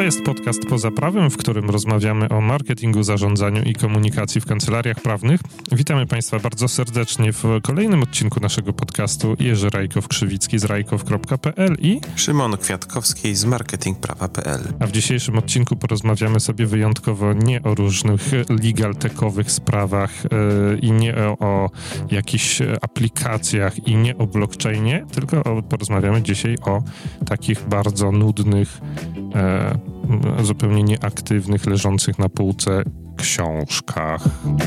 jest podcast Poza Prawem, w którym rozmawiamy o marketingu, zarządzaniu i komunikacji w kancelariach prawnych. Witamy Państwa bardzo serdecznie w kolejnym odcinku naszego podcastu. Jerzy Rajkow-Krzywicki z rajkow.pl i Szymon Kwiatkowski z marketingprawa.pl. A w dzisiejszym odcinku porozmawiamy sobie wyjątkowo nie o różnych legal-techowych sprawach i nie o jakichś aplikacjach i nie o blockchainie, tylko porozmawiamy dzisiaj o takich bardzo nudnych, zupełnie nieaktywnych, leżących na półce książkach.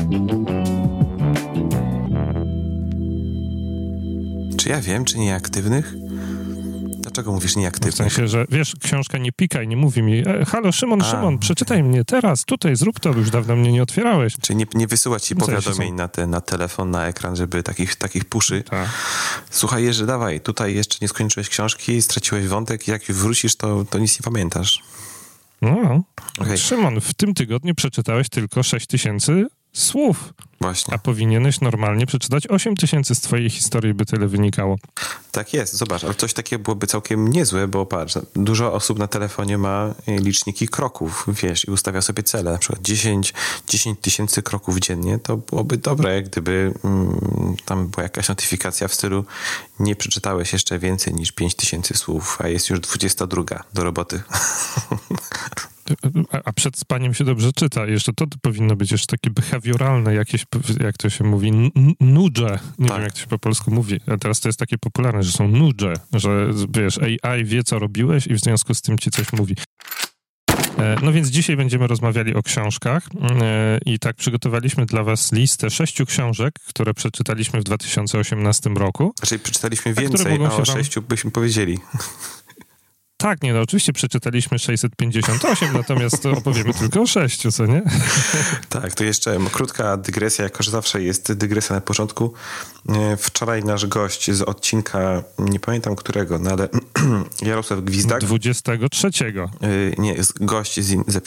Czy ja wiem, czy nieaktywnych? Dlaczego mówisz nieaktywnych? W sensie, że wiesz, książka nie pika i nie mówi mi halo, Szymon, przeczytaj mnie teraz, tutaj, zrób to, już dawno mnie nie otwierałeś. Czyli nie wysyła ci powiadomień na telefon, na ekran, żeby takich puszy. Tak. Słuchaj, Jerzy, dawaj, tutaj jeszcze nie skończyłeś książki, straciłeś wątek i jak już wrócisz, to nic nie pamiętasz. No, Okay. Szymon, w tym tygodniu przeczytałeś tylko 6000 słów. Właśnie. A powinieneś normalnie przeczytać 8000 z twojej historii, by tyle wynikało. Tak jest, zobacz, ale coś takiego byłoby całkiem niezłe, bo patrz, dużo osób na telefonie ma liczniki kroków, wiesz, i ustawia sobie cele, na przykład 10 tysięcy kroków dziennie, to byłoby dobre, gdyby tam była jakaś notyfikacja w stylu nie przeczytałeś jeszcze więcej niż 5000 słów, a jest już 22 do roboty. A przed spaniem się dobrze czyta. Jeszcze to powinno być jeszcze takie behawioralne, jakieś, jak to się mówi, nudge. Nie wiem, jak to się po polsku mówi. A teraz to jest takie popularne, że są nudge, że wiesz, AI wie, co robiłeś i w związku z tym ci coś mówi. No więc dzisiaj będziemy rozmawiali o książkach i tak przygotowaliśmy dla was listę 6 książek, które przeczytaliśmy w 2018 roku. Czyli przeczytaliśmy więcej, a o 6 byśmy powiedzieli. Tak, nie, no oczywiście przeczytaliśmy 658, natomiast opowiemy tylko o 6, co nie? Tak, to jeszcze krótka dygresja, jako że zawsze jest dygresja na początku. Wczoraj nasz gość z odcinka, nie pamiętam którego, no ale Jarosław Gwizdak. 23. Nie, gość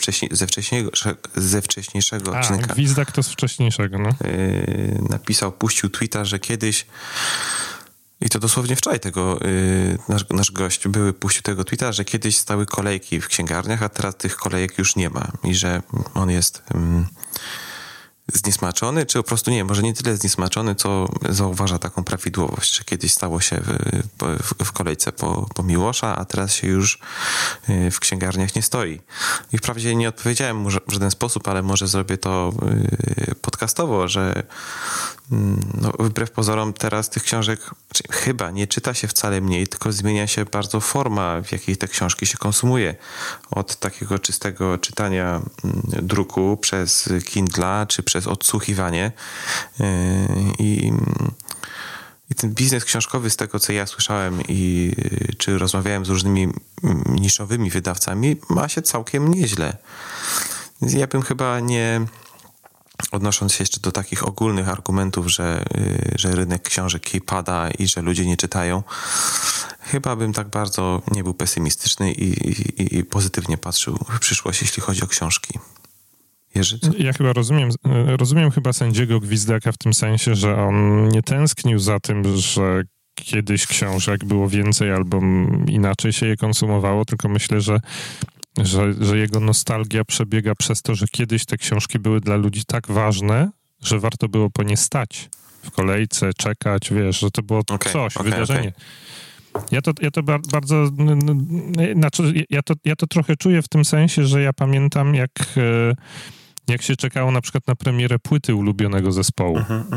ze wcześniejszego odcinka. A, Gwizdak to z wcześniejszego, no. Puścił tweeta, że kiedyś, i to dosłownie wczoraj nasz gość puścił tego tweeta, że kiedyś stały kolejki w księgarniach, a teraz tych kolejek już nie ma i że on jest zniesmaczony, czy po prostu nie, może nie tyle zniesmaczony, co zauważa taką prawidłowość, że kiedyś stało się w kolejce po Miłosza, a teraz się już w księgarniach nie stoi. I wprawdzie nie odpowiedziałem mu w żaden sposób, ale może zrobię to podcastowo, że wbrew pozorom teraz tych książek chyba nie czyta się wcale mniej, tylko zmienia się bardzo forma, w jakiej te książki się konsumuje. Od takiego czystego czytania druku przez Kindla, czy przez odsłuchiwanie. I ten biznes książkowy, z tego co ja słyszałem czy rozmawiałem z różnymi niszowymi wydawcami, ma się całkiem nieźle. Ja bym chyba nie... Odnosząc się jeszcze do takich ogólnych argumentów, że rynek książek pada i że ludzie nie czytają, chyba bym tak bardzo nie był pesymistyczny i pozytywnie patrzył w przyszłość, jeśli chodzi o książki. Jerzy? Ja chyba rozumiem chyba sędziego Gwizdaka w tym sensie, że on nie tęsknił za tym, że kiedyś książek było więcej albo inaczej się je konsumowało, tylko myślę, że jego nostalgia przebiega przez to, że kiedyś te książki były dla ludzi tak ważne, że warto było po nie stać w kolejce, czekać, wiesz, że to było wydarzenie. Okay. Ja to bardzo... Znaczy, ja to trochę czuję w tym sensie, że ja pamiętam, jak się czekało na przykład na premierę płyty ulubionego zespołu.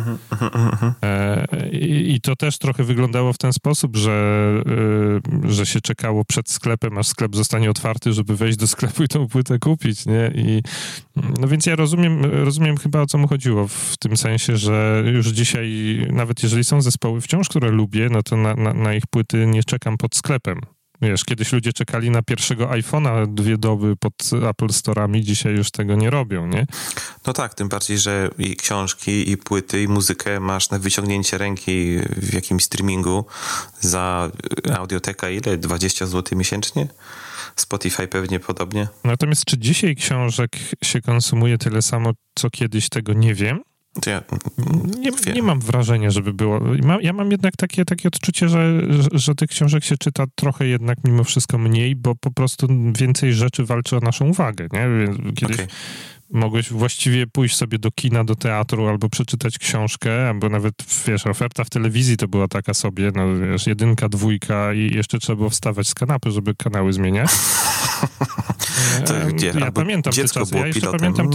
I to też trochę wyglądało w ten sposób, że się czekało przed sklepem, aż sklep zostanie otwarty, żeby wejść do sklepu i tą płytę kupić, nie? No więc ja rozumiem chyba, o co mu chodziło, w tym sensie, że już dzisiaj, nawet jeżeli są zespoły wciąż, które lubię, no to na ich płyty nie czekam pod sklepem. Wiesz, kiedyś ludzie czekali na pierwszego iPhone'a 2 doby pod Apple Store'ami, dzisiaj już tego nie robią, nie? No tak, tym bardziej, że i książki, i płyty, i muzykę masz na wyciągnięcie ręki w jakimś streamingu za audiotekę ile? 20 zł miesięcznie? Spotify pewnie podobnie. Natomiast czy dzisiaj książek się konsumuje tyle samo, co kiedyś, tego nie wiem. Nie mam wrażenia, żeby było. Ja mam jednak takie odczucie, że tych książek się czyta trochę jednak mimo wszystko mniej, bo po prostu więcej rzeczy walczy o naszą uwagę, nie? Kiedyś mogłeś właściwie pójść sobie do kina, do teatru albo przeczytać książkę, albo nawet, wiesz, oferta w telewizji to była taka sobie, no wiesz, 1, 2 i jeszcze trzeba było wstawać z kanapy, żeby kanały zmieniać. Ja pamiętam te czasy. Ja jeszcze pamiętam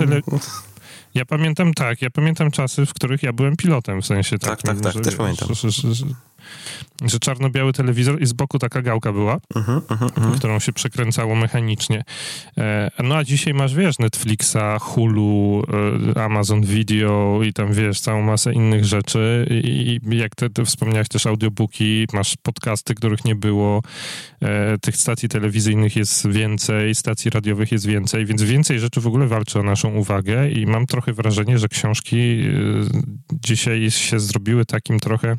Ja pamiętam czasy, w których ja byłem pilotem, w sensie takim. Tak, też pamiętam. Że czarno-biały telewizor i z boku taka gałka była, którą się przekręcało mechanicznie. No a dzisiaj masz, wiesz, Netflixa, Hulu, Amazon Video i tam, wiesz, całą masę innych rzeczy i jak ty wspomniałeś też audiobooki, masz podcasty, których nie było, tych stacji telewizyjnych jest więcej, stacji radiowych jest więcej, więc więcej rzeczy w ogóle walczy o naszą uwagę i mam trochę wrażenie, że książki dzisiaj się zrobiły takim trochę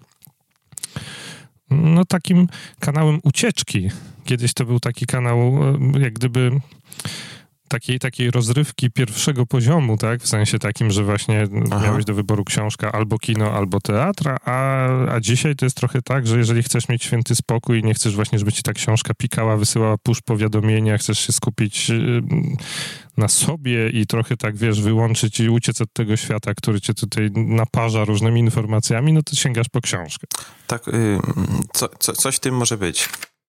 takim kanałem ucieczki. Kiedyś to był taki kanał, jak gdyby takiej rozrywki pierwszego poziomu, tak? W sensie takim, że właśnie miałeś do wyboru książka albo kino, albo teatr, a dzisiaj to jest trochę tak, że jeżeli chcesz mieć święty spokój i nie chcesz właśnie, żeby ci ta książka pikała, wysyłała push powiadomienia, chcesz się skupić na sobie i trochę tak, wiesz, wyłączyć i uciec od tego świata, który cię tutaj naparza różnymi informacjami, no to sięgasz po książkę. Tak, coś w tym może być.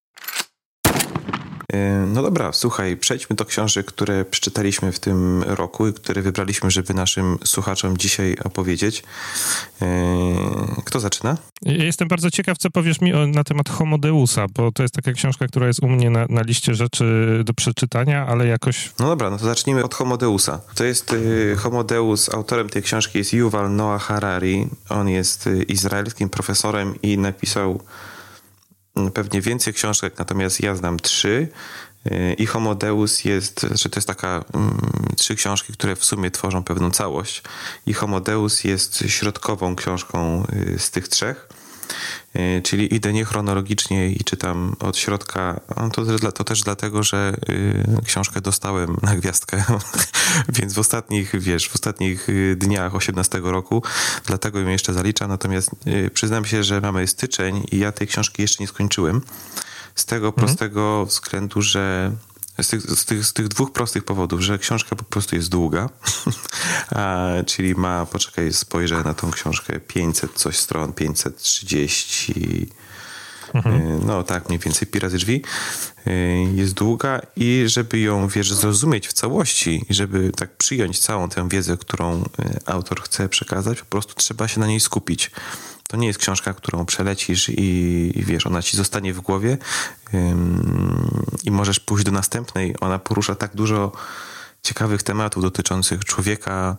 No dobra, słuchaj, przejdźmy do książek, które przeczytaliśmy w tym roku i które wybraliśmy, żeby naszym słuchaczom dzisiaj opowiedzieć. Kto zaczyna? Ja jestem bardzo ciekaw, co powiesz mi na temat Homo Deusa, bo to jest taka książka, która jest u mnie na liście rzeczy do przeczytania, ale jakoś... No dobra, no to zacznijmy od Homo Deusa. To jest Homo Deus, autorem tej książki jest Yuval Noah Harari. On jest izraelskim profesorem i napisał pewnie więcej książek, natomiast ja znam 3 i Homo Deus jest, że to jest taka 3 książki, które w sumie tworzą pewną całość i Homo Deus jest środkową książką z tych 3, czyli idę niechronologicznie i czytam od środka. To też dlatego, że książkę dostałem na gwiazdkę, więc w ostatnich dniach 18 roku, dlatego ją jeszcze zaliczam, natomiast przyznam się, że mamy styczeń i ja tej książki jeszcze nie skończyłem. Z tego prostego względu, że z tych 2 prostych powodów, że książka po prostu jest długa, czyli ma, spojrzę na tą książkę, 500 coś stron, 530, no tak, mniej więcej pi razy drzwi, jest długa i żeby ją, wiesz, zrozumieć w całości i żeby tak przyjąć całą tę wiedzę, którą autor chce przekazać, po prostu trzeba się na niej skupić. To nie jest książka, którą przelecisz i wiesz, ona ci zostanie w głowie i możesz pójść do następnej. Ona porusza tak dużo ciekawych tematów dotyczących człowieka,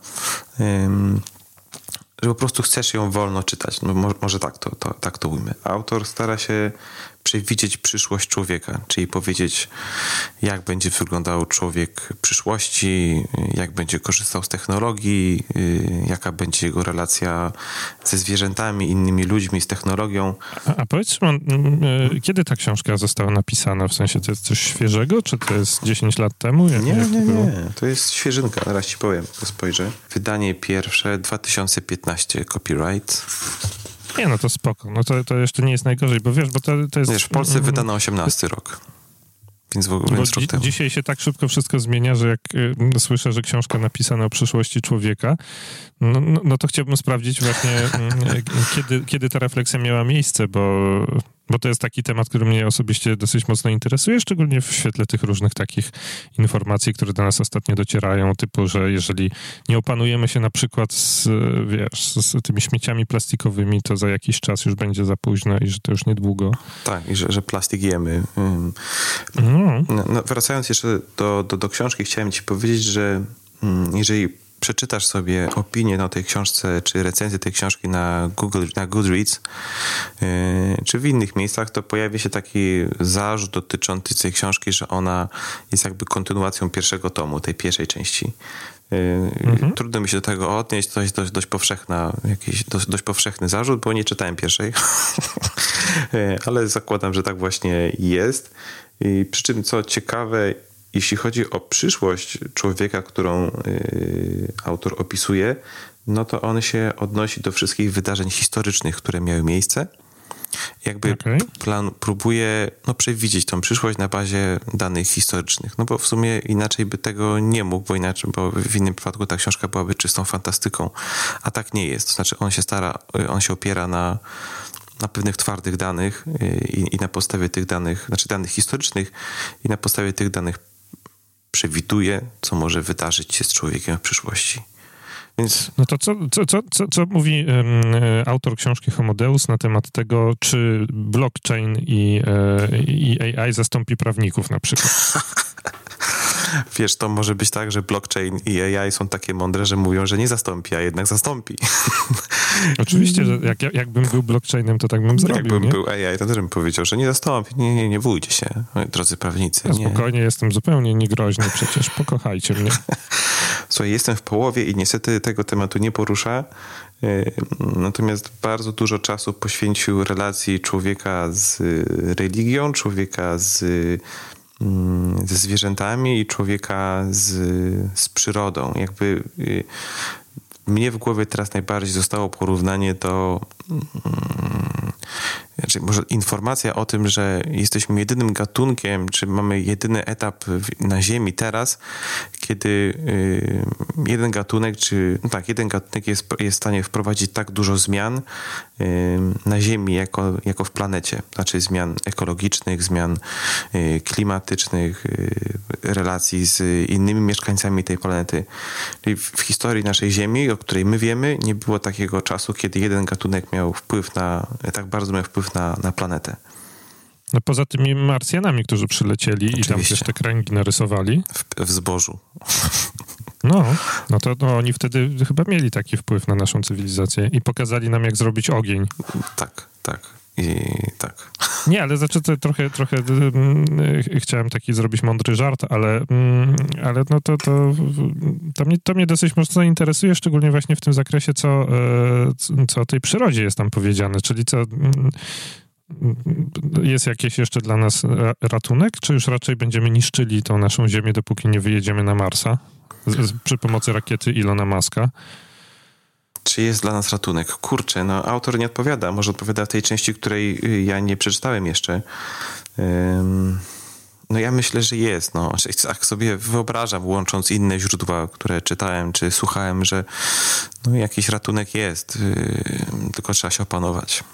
że po prostu chcesz ją wolno czytać. No, może tak to ujmę. Autor stara się przewidzieć przyszłość człowieka, czyli powiedzieć, jak będzie wyglądał człowiek w przyszłości, jak będzie korzystał z technologii, jaka będzie jego relacja ze zwierzętami, innymi ludźmi, z technologią. A powiedz, Szymon, kiedy ta książka została napisana? W sensie to jest coś świeżego, czy to jest 10 lat temu? Nie. To jest świeżynka, zaraz ci powiem, spojrzę. Wydanie pierwsze, 2015, copyright. Nie, no to spoko. No to jeszcze nie jest najgorzej, bo wiesz, bo to jest... Wiesz, w Polsce wydano 18 rok. Więc w ogóle rok temu. Dzisiaj się tak szybko wszystko zmienia, że jak słyszę, że książka napisana o przyszłości człowieka, no to chciałbym sprawdzić właśnie, kiedy ta refleksja miała miejsce, bo to jest taki temat, który mnie osobiście dosyć mocno interesuje, szczególnie w świetle tych różnych takich informacji, które do nas ostatnio docierają, typu, że jeżeli nie opanujemy się na przykład z tymi śmieciami plastikowymi, to za jakiś czas już będzie za późno i że to już niedługo. Tak, i że plastik jemy. No, wracając jeszcze do książki, chciałem ci powiedzieć, że jeżeli przeczytasz sobie opinię o tej książce, czy recenzję tej książki na Goodreads, czy w innych miejscach, to pojawi się taki zarzut dotyczący tej książki, że ona jest jakby kontynuacją pierwszego tomu, tej pierwszej części. Trudno mi się do tego odnieść, to jest dość powszechny zarzut, bo nie czytałem pierwszej, ale zakładam, że tak właśnie jest. I przy czym, co ciekawe, jeśli chodzi o przyszłość człowieka, którą autor opisuje, no to on się odnosi do wszystkich wydarzeń historycznych, które miały miejsce. Jakby próbuje przewidzieć tą przyszłość na bazie danych historycznych. No bo w sumie inaczej by tego nie mógł, bo w innym przypadku ta książka byłaby czystą fantastyką. A tak nie jest. To znaczy on się opiera na pewnych twardych danych i na podstawie tych danych, znaczy danych historycznych i na podstawie tych danych przewiduje, co może wydarzyć się z człowiekiem w przyszłości. Więc... No to co mówi autor książki Homo Deus na temat tego, czy blockchain i AI zastąpi prawników na przykład? Wiesz, to może być tak, że blockchain i AI są takie mądre, że mówią, że nie zastąpi, a jednak zastąpi. Oczywiście, że jakbym był blockchainem, to tak bym zrobił. Jakbym był AI, to też bym powiedział, że nie zastąpi. Nie bójcie się, drodzy prawnicy. Ja spokojnie, jestem zupełnie niegroźny, przecież pokochajcie mnie. Słuchaj, jestem w połowie i niestety tego tematu nie porusza. Natomiast bardzo dużo czasu poświęcił relacji człowieka z religią, człowieka ze zwierzętami i człowieka z przyrodą. Jakby mnie w głowie teraz najbardziej zostało porównanie do... Znaczy może informacja o tym, że jesteśmy jedynym gatunkiem, czy mamy jedyny etap na Ziemi teraz, kiedy jeden gatunek jest w stanie wprowadzić tak dużo zmian na Ziemi jako w planecie. Znaczy zmian ekologicznych, zmian klimatycznych, relacji z innymi mieszkańcami tej planety. Czyli w historii naszej Ziemi, o której my wiemy, nie było takiego czasu, kiedy jeden gatunek tak bardzo miał wpływ na planetę. No poza tymi Marsjanami, którzy przylecieli. Oczywiście. I tam też te kręgi narysowali. W zbożu. No to oni wtedy chyba mieli taki wpływ na naszą cywilizację i pokazali nam, jak zrobić ogień. Tak. Tak. Nie, ale trochę chciałem taki zrobić mądry żart, ale no to mnie dosyć mocno interesuje, szczególnie właśnie w tym zakresie, co o tej przyrodzie jest tam powiedziane, czyli co jest jakieś jeszcze dla nas ratunek, czy już raczej będziemy niszczyli tą naszą Ziemię, dopóki nie wyjedziemy na Marsa przy pomocy rakiety Ilona Muska? Czy jest dla nas ratunek? Kurczę, autor nie odpowiada. Może odpowiada w tej części, której ja nie przeczytałem jeszcze. Ja myślę, że jest. Tak sobie wyobrażam, łącząc inne źródła, które czytałem, czy słuchałem, że jakiś ratunek jest. Tylko trzeba się opanować.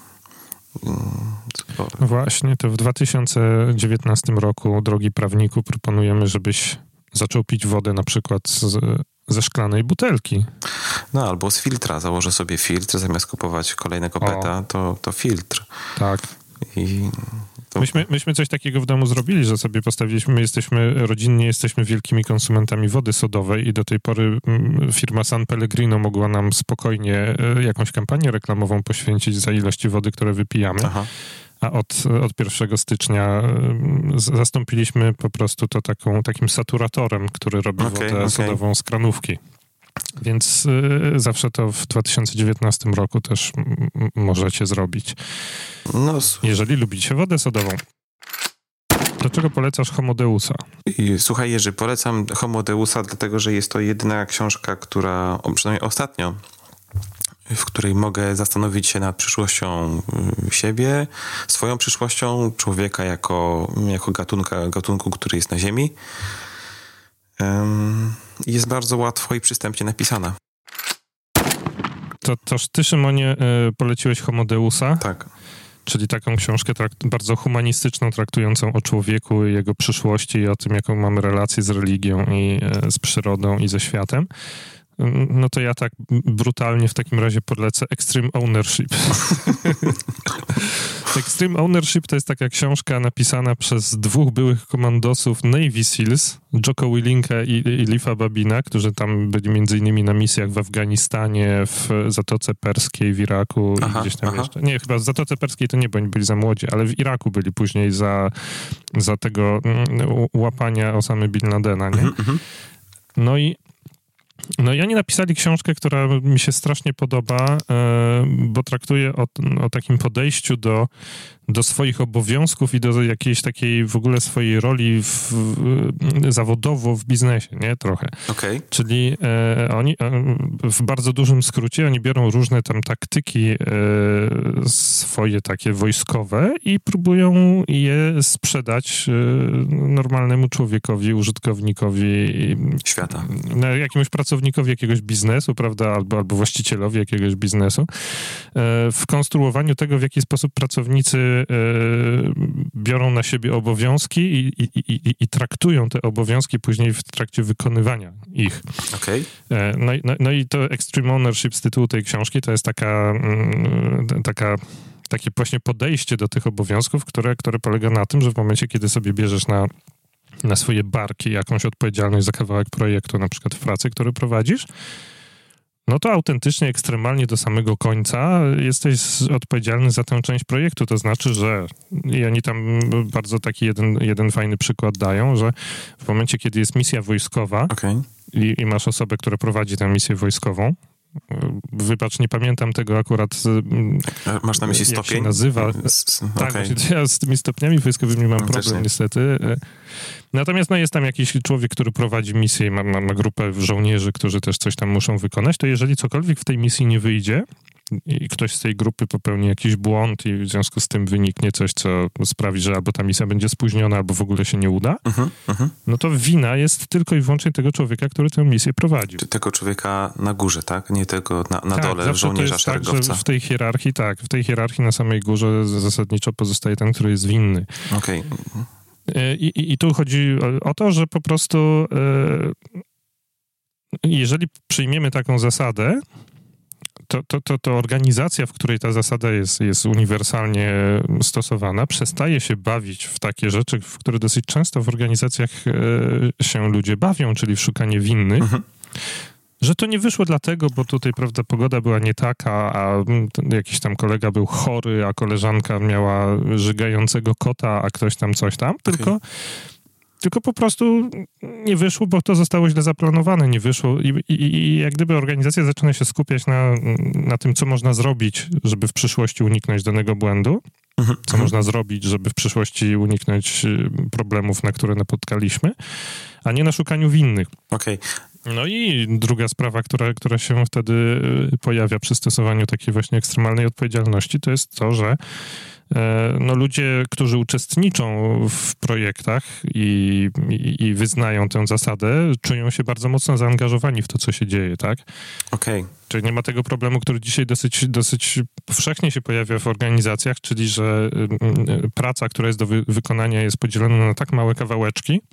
Właśnie, to w 2019 roku, drogi prawniku, proponujemy, żebyś zaczął pić wodę na przykład ze szklanej butelki. Albo z filtra. Założę sobie filtr, zamiast kupować kolejnego peta, to filtr. Tak. Myśmy coś takiego w domu zrobili, że sobie postawiliśmy, rodzinnie jesteśmy wielkimi konsumentami wody sodowej i do tej pory firma San Pellegrino mogła nam spokojnie jakąś kampanię reklamową poświęcić za ilości wody, które wypijamy. Aha. A od 1 stycznia zastąpiliśmy po prostu to takim saturatorem, który robi wodę sodową z kranówki. Więc zawsze to w 2019 roku też możecie zrobić. Jeżeli lubicie wodę sodową. Dlaczego polecasz Homo Deusa? Słuchaj, Jerzy, polecam Homo Deusa, dlatego że jest to jedyna książka, która, przynajmniej ostatnio, w której mogę zastanowić się nad przyszłością siebie, swoją przyszłością, człowieka jako gatunku, który jest na Ziemi. Jest bardzo łatwo i przystępnie napisana. Toż ty, Szymonie, poleciłeś Homo Deusa? Tak. Czyli taką książkę bardzo humanistyczną, traktującą o człowieku, jego przyszłości i o tym, jaką mamy relację z religią i z przyrodą i ze światem. No to ja tak brutalnie w takim razie polecę Extreme Ownership. Extreme Ownership to jest taka książka napisana przez 2 byłych komandosów Navy Seals, Jocko Willinka i Leefa Babina, którzy tam byli między innymi na misjach w Afganistanie, w Zatoce Perskiej, w Iraku i gdzieś tam jeszcze. Nie, chyba w Zatoce Perskiej to nie, bo oni byli za młodzi, ale w Iraku byli później za tego łapania Osamy Bin Ladena, nie? No i oni napisali książkę, która mi się strasznie podoba, bo traktuje o takim podejściu do swoich obowiązków i do jakiejś takiej w ogóle swojej roli zawodowo w biznesie, nie? Trochę. Okay. Czyli oni w bardzo dużym skrócie, oni biorą różne tam taktyki swoje takie wojskowe i próbują je sprzedać normalnemu człowiekowi, użytkownikowi świata. Jakiemuś pracownikowi jakiegoś biznesu, prawda, albo właścicielowi jakiegoś biznesu. W konstruowaniu tego, w jaki sposób pracownicy biorą na siebie obowiązki i traktują te obowiązki później w trakcie wykonywania ich. Okay. No i to Extreme Ownership z tytułu tej książki to jest takie właśnie podejście do tych obowiązków, które polega na tym, że w momencie, kiedy sobie bierzesz na swoje barki jakąś odpowiedzialność za kawałek projektu, na przykład w pracy, który prowadzisz, no to autentycznie, ekstremalnie do samego końca jesteś odpowiedzialny za tę część projektu. To znaczy, że i oni tam bardzo taki jeden fajny przykład dają, że w momencie, kiedy jest misja wojskowa i masz osobę, która prowadzi tę misję wojskową, wybacz, nie pamiętam tego akurat. Masz na myśli stopień? Jak się nazywa. Tak, właśnie ja z tymi stopniami wojskowymi mam problem niestety. Natomiast jest tam jakiś człowiek, który prowadzi misję i ma grupę żołnierzy, którzy też coś tam muszą wykonać, to jeżeli cokolwiek w tej misji nie wyjdzie i ktoś z tej grupy popełni jakiś błąd i w związku z tym wyniknie coś, co sprawi, że albo ta misja będzie spóźniona, albo w ogóle się nie uda, no to wina jest tylko i wyłącznie tego człowieka, który tę misję prowadził. Tego człowieka na górze, tak? Nie tego na dole żołnierza, szeregowca. Tak, że w tej hierarchii na samej górze zasadniczo pozostaje ten, który jest winny. Okej. I tu chodzi o to, że po prostu jeżeli przyjmiemy taką zasadę, to organizacja, w której ta zasada jest uniwersalnie stosowana, przestaje się bawić w takie rzeczy, w które dosyć często w organizacjach się ludzie bawią, czyli w szukanie winnych, że to nie wyszło dlatego, bo tutaj, prawda, pogoda była nie taka, a jakiś tam kolega był chory, a koleżanka miała żygającego kota, a ktoś tam coś tam, tylko po prostu nie wyszło, bo to zostało źle zaplanowane, nie wyszło i jak gdyby organizacja zaczyna się skupiać na tym, co można zrobić, żeby w przyszłości uniknąć danego błędu, co można zrobić, żeby w przyszłości uniknąć problemów, na które napotkaliśmy, a nie na szukaniu winnych. Okej. No i druga sprawa, która się wtedy pojawia przy stosowaniu takiej właśnie ekstremalnej odpowiedzialności, to jest to, że ludzie, którzy uczestniczą w projektach i wyznają tę zasadę, czują się bardzo mocno zaangażowani w to, co się dzieje, tak? Okej. Czyli nie ma tego problemu, który dzisiaj dosyć powszechnie się pojawia w organizacjach, czyli że praca, która jest do wykonania, jest podzielona na tak małe kawałeczki,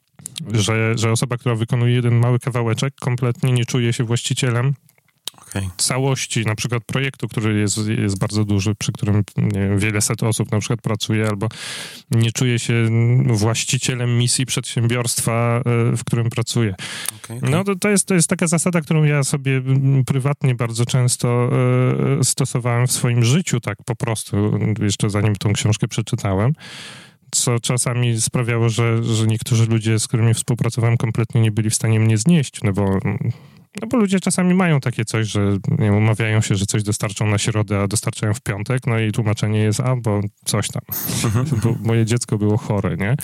że osoba, która wykonuje jeden mały kawałeczek, kompletnie nie czuje się właścicielem całości, na przykład projektu, który jest bardzo duży, przy którym wiele set osób na przykład pracuje, albo nie czuje się właścicielem misji przedsiębiorstwa, w którym pracuje. No to jest taka zasada, którą ja sobie prywatnie bardzo często stosowałem w swoim życiu, tak po prostu, jeszcze zanim tą książkę przeczytałem, co czasami sprawiało, że niektórzy ludzie, z którymi współpracowałem, kompletnie nie byli w stanie mnie znieść, no bo ludzie czasami mają takie coś, że umawiają się, że coś dostarczą na środę, a dostarczają w piątek, no i tłumaczenie jest, bo coś tam, bo moje dziecko było chore, nie?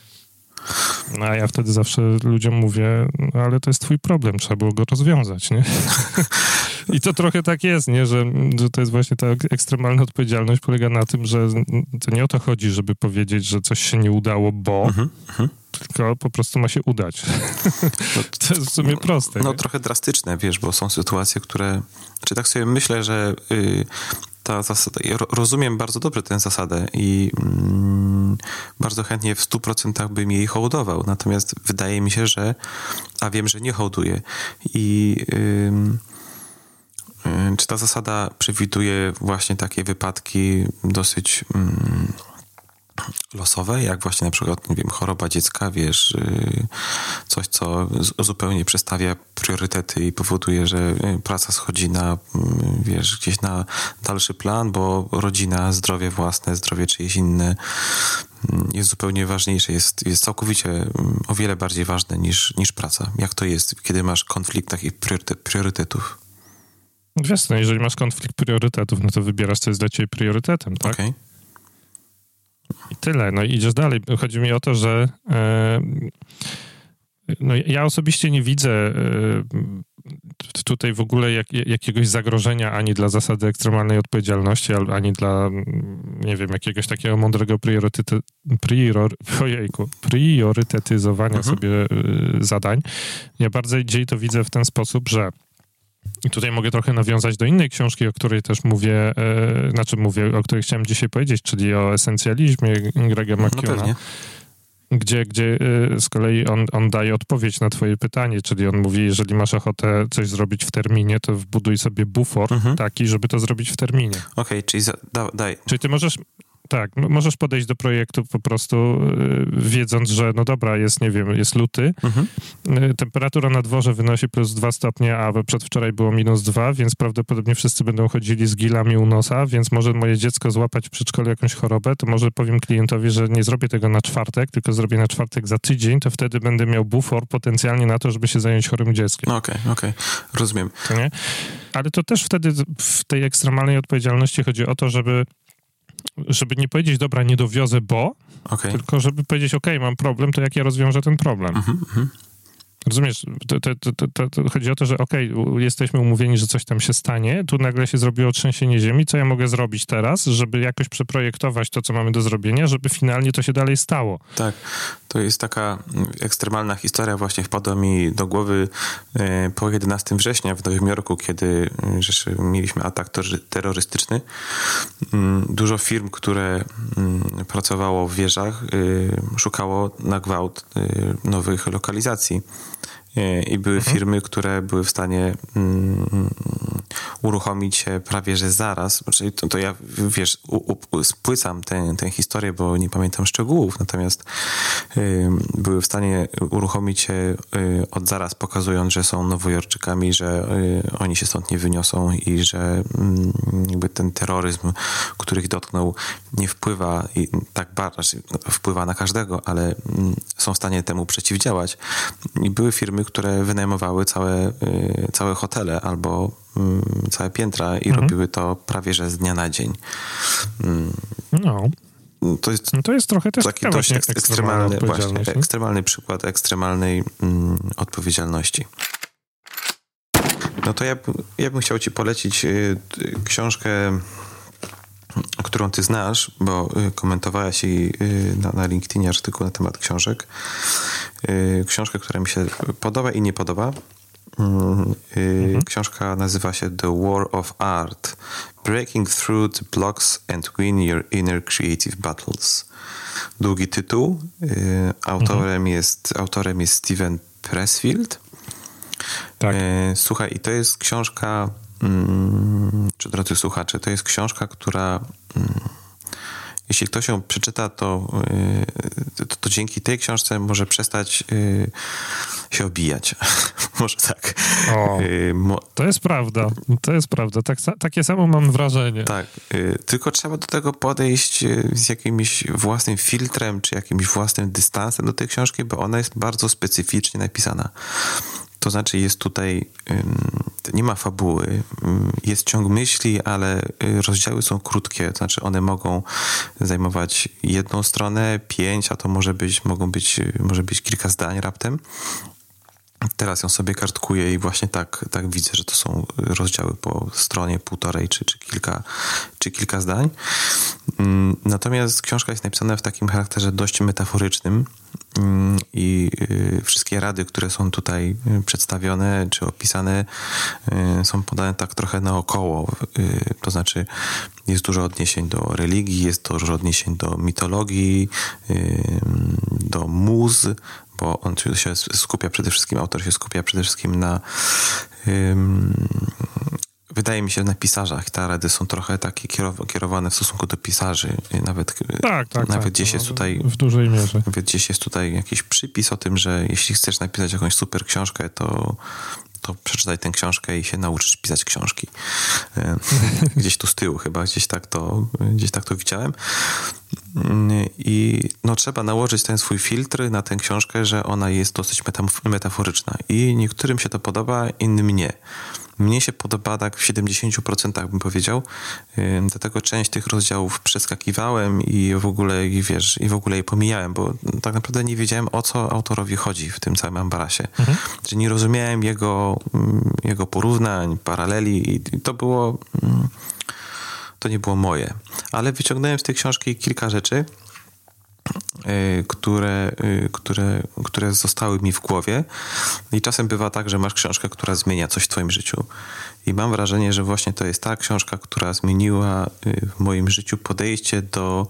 No a ja wtedy zawsze ludziom mówię, ale to jest twój problem, trzeba było go rozwiązać, nie? I to trochę tak jest, nie? Że to jest właśnie ta ekstremalna odpowiedzialność polega na tym, że to nie o to chodzi, żeby powiedzieć, że coś się nie udało, bo tylko po prostu ma się udać. To jest w sumie proste. No trochę drastyczne, wiesz, bo są sytuacje, które... Czy tak sobie myślę, że ta zasada... Ja rozumiem bardzo dobrze tę zasadę i bardzo chętnie w 100% bym jej hołdował. Natomiast wydaje mi się, że... A wiem, że nie hołduję. I... Czy ta zasada przewiduje właśnie takie wypadki dosyć losowe, jak właśnie na przykład, nie wiem, choroba dziecka, wiesz, coś, co zupełnie przestawia priorytety i powoduje, że praca schodzi wiesz, gdzieś na dalszy plan, bo rodzina, zdrowie własne, zdrowie czyjeś inne jest zupełnie ważniejsze, jest całkowicie o wiele bardziej ważne niż praca. Jak to jest, kiedy masz konflikt takich priorytetów? Jasne, jeżeli masz konflikt priorytetów, no to wybierasz, co jest dla ciebie priorytetem, tak? Okej. I tyle. No i idziesz dalej. Chodzi mi o to, że no ja osobiście nie widzę tutaj w ogóle jakiegoś zagrożenia ani dla zasady ekstremalnej odpowiedzialności, ani dla, nie wiem, jakiegoś takiego mądrego priorytetyzowania sobie zadań. Ja bardziej to widzę w ten sposób, że i tutaj mogę trochę nawiązać do innej książki, o której też mówię, o której chciałem dzisiaj powiedzieć, czyli o esencjalizmie Grega McKeown'a. No Gdzie z kolei on daje odpowiedź na twoje pytanie, czyli on mówi, jeżeli masz ochotę coś zrobić w terminie, to wbuduj sobie bufor taki, żeby to zrobić w terminie. Okej, czyli daj. Czyli ty możesz podejść do projektu po prostu wiedząc, że no dobra, jest luty, temperatura na dworze wynosi +2 stopnie, a przedwczoraj było -2, więc prawdopodobnie wszyscy będą chodzili z gilami u nosa, więc może moje dziecko złapać w przedszkolu jakąś chorobę, to może powiem klientowi, że nie zrobię tego na czwartek, tylko zrobię na czwartek za tydzień, to wtedy będę miał bufor potencjalnie na to, żeby się zająć chorym dzieckiem. Okej, rozumiem. To nie? Ale to też wtedy w tej ekstremalnej odpowiedzialności chodzi o to, żeby nie powiedzieć, dobra, nie dowiozę, tylko żeby powiedzieć, mam problem, to jak ja rozwiążę ten problem? Rozumiesz? To chodzi o to, że jesteśmy umówieni, że coś tam się stanie, tu nagle się zrobiło trzęsienie ziemi, co ja mogę zrobić teraz, żeby jakoś przeprojektować to, co mamy do zrobienia, żeby finalnie to się dalej stało. Tak, to jest taka ekstremalna historia, właśnie wpadła mi do głowy po 11 września w Nowym Jorku, kiedy mieliśmy atak terrorystyczny. Dużo firm, które pracowało w wieżach, szukało na gwałt nowych lokalizacji. I były firmy, które były w stanie uruchomić się prawie że zaraz. Czyli to ja, wiesz, spłycam tę historię, bo nie pamiętam szczegółów, natomiast były w stanie uruchomić się od zaraz, pokazując, że są Nowojorczykami, że oni się stąd nie wyniosą i że jakby ten terroryzm, który ich dotknął, nie wpływa i tak bardzo, wpływa na każdego, ale są w stanie temu przeciwdziałać. I były firmy, które wynajmowały całe hotele albo całe piętra i robiły to prawie że z dnia na dzień. To jest trochę też taki dość ekstremalny przykład ekstremalnej odpowiedzialności. No to ja bym chciał ci polecić książkę, którą ty znasz, bo komentowałeś jej na LinkedInie artykuł na temat książek. Książkę, która mi się podoba i nie podoba. Książka nazywa się The War of Art. Breaking Through the Blocks and Win Your Inner Creative Battles. Długi tytuł. Autorem jest Steven Pressfield. Tak. Słuchaj, i to jest książka, czy drodzy słuchacze, to jest książka, która jeśli ktoś ją przeczyta, to dzięki tej książce może przestać się obijać. Może tak. To jest prawda. Takie samo mam wrażenie. Tak. Tylko trzeba do tego podejść z jakimś własnym filtrem, czy jakimś własnym dystansem do tej książki, bo ona jest bardzo specyficznie napisana. To znaczy jest tutaj, nie ma fabuły, jest ciąg myśli, ale rozdziały są krótkie, to znaczy one mogą zajmować jedną stronę, 5, a to może być kilka zdań raptem. Teraz ją sobie kartkuję i właśnie tak widzę, że to są rozdziały po stronie, półtorej czy kilka zdań. Natomiast książka jest napisana w takim charakterze dość metaforycznym i wszystkie rady, które są tutaj przedstawione czy opisane, są podane tak trochę naokoło. To znaczy jest dużo odniesień do religii, jest dużo odniesień do mitologii, do muz, bo on się skupia przede wszystkim, autor się skupia przede wszystkim na wydaje mi się, na pisarzach. Te rady są trochę takie kierowane w stosunku do pisarzy. Nawet gdzieś jest tutaj w dużej mierze. Nawet gdzieś jest tutaj jakiś przypis o tym, że jeśli chcesz napisać jakąś super książkę, to przeczytaj tę książkę i się nauczysz pisać książki. Gdzieś tu z tyłu chyba, gdzieś tak to widziałem. I trzeba nałożyć ten swój filtr na tę książkę, że ona jest dosyć metaforyczna. I niektórym się to podoba, innym nie. mnie się podoba tak w 70%, bym powiedział. Dlatego część tych rozdziałów przeskakiwałem i w ogóle, i w ogóle je pomijałem, bo tak naprawdę nie wiedziałem, o co autorowi chodzi w tym całym Ambarasie. Czyli nie rozumiałem jego porównań, paraleli i to nie było moje. Ale wyciągnąłem z tej książki kilka rzeczy, które zostały mi w głowie. I czasem bywa tak, że masz książkę, która zmienia coś w twoim życiu. I mam wrażenie, że właśnie to jest ta książka, która zmieniła w moim życiu podejście do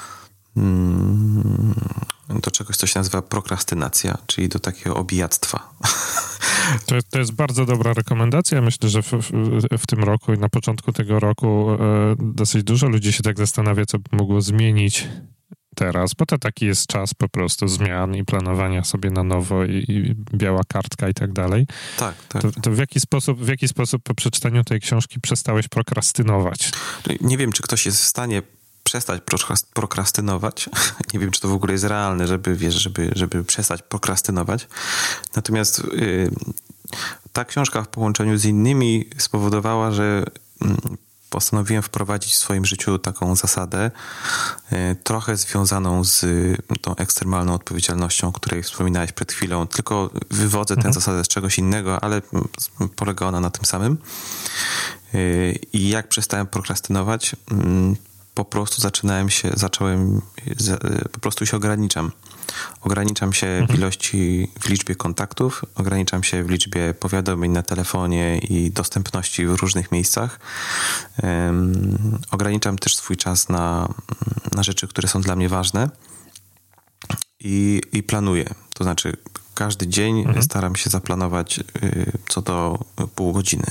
czegoś, co się nazywa prokrastynacja, czyli do takiego obijactwa. To jest bardzo dobra rekomendacja. Myślę, że w tym roku i na początku tego roku dosyć dużo ludzi się tak zastanawia, co by mogło zmienić teraz, bo to taki jest czas po prostu zmian i planowania sobie na nowo i biała kartka i tak dalej. Tak. To w jaki sposób po przeczytaniu tej książki przestałeś prokrastynować? Nie wiem, czy ktoś jest w stanie przestać prokrastynować. Nie wiem, czy to w ogóle jest realne, żeby przestać prokrastynować. Natomiast ta książka w połączeniu z innymi spowodowała, że postanowiłem wprowadzić w swoim życiu taką zasadę, trochę związaną z tą ekstremalną odpowiedzialnością, o której wspominałeś przed chwilą. Tylko wywodzę tę zasadę z czegoś innego, ale polega ona na tym samym. I jak przestałem prokrastynować, po prostu po prostu się ograniczam. Ograniczam się w liczbie kontaktów, ograniczam się w liczbie powiadomień na telefonie i dostępności w różnych miejscach. Ograniczam też swój czas na rzeczy, które są dla mnie ważne i planuję. To znaczy każdy dzień staram się zaplanować co do pół godziny.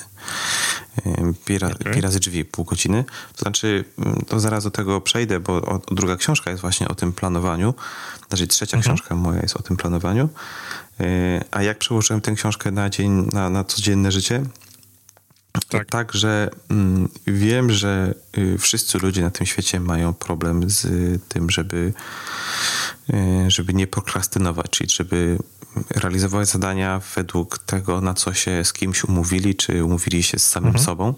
Pi razy drzwi, pół godziny. To znaczy, to zaraz do tego przejdę, bo druga książka jest właśnie o tym planowaniu. Znaczy trzecia książka moja jest o tym planowaniu. A jak przełożyłem tę książkę na dzień, na codzienne życie? Tak, że wiem, że wszyscy ludzie na tym świecie mają problem z tym, żeby nie prokrastynować, czyli żeby realizować zadania według tego, na co się z kimś umówili, czy umówili się z samym sobą.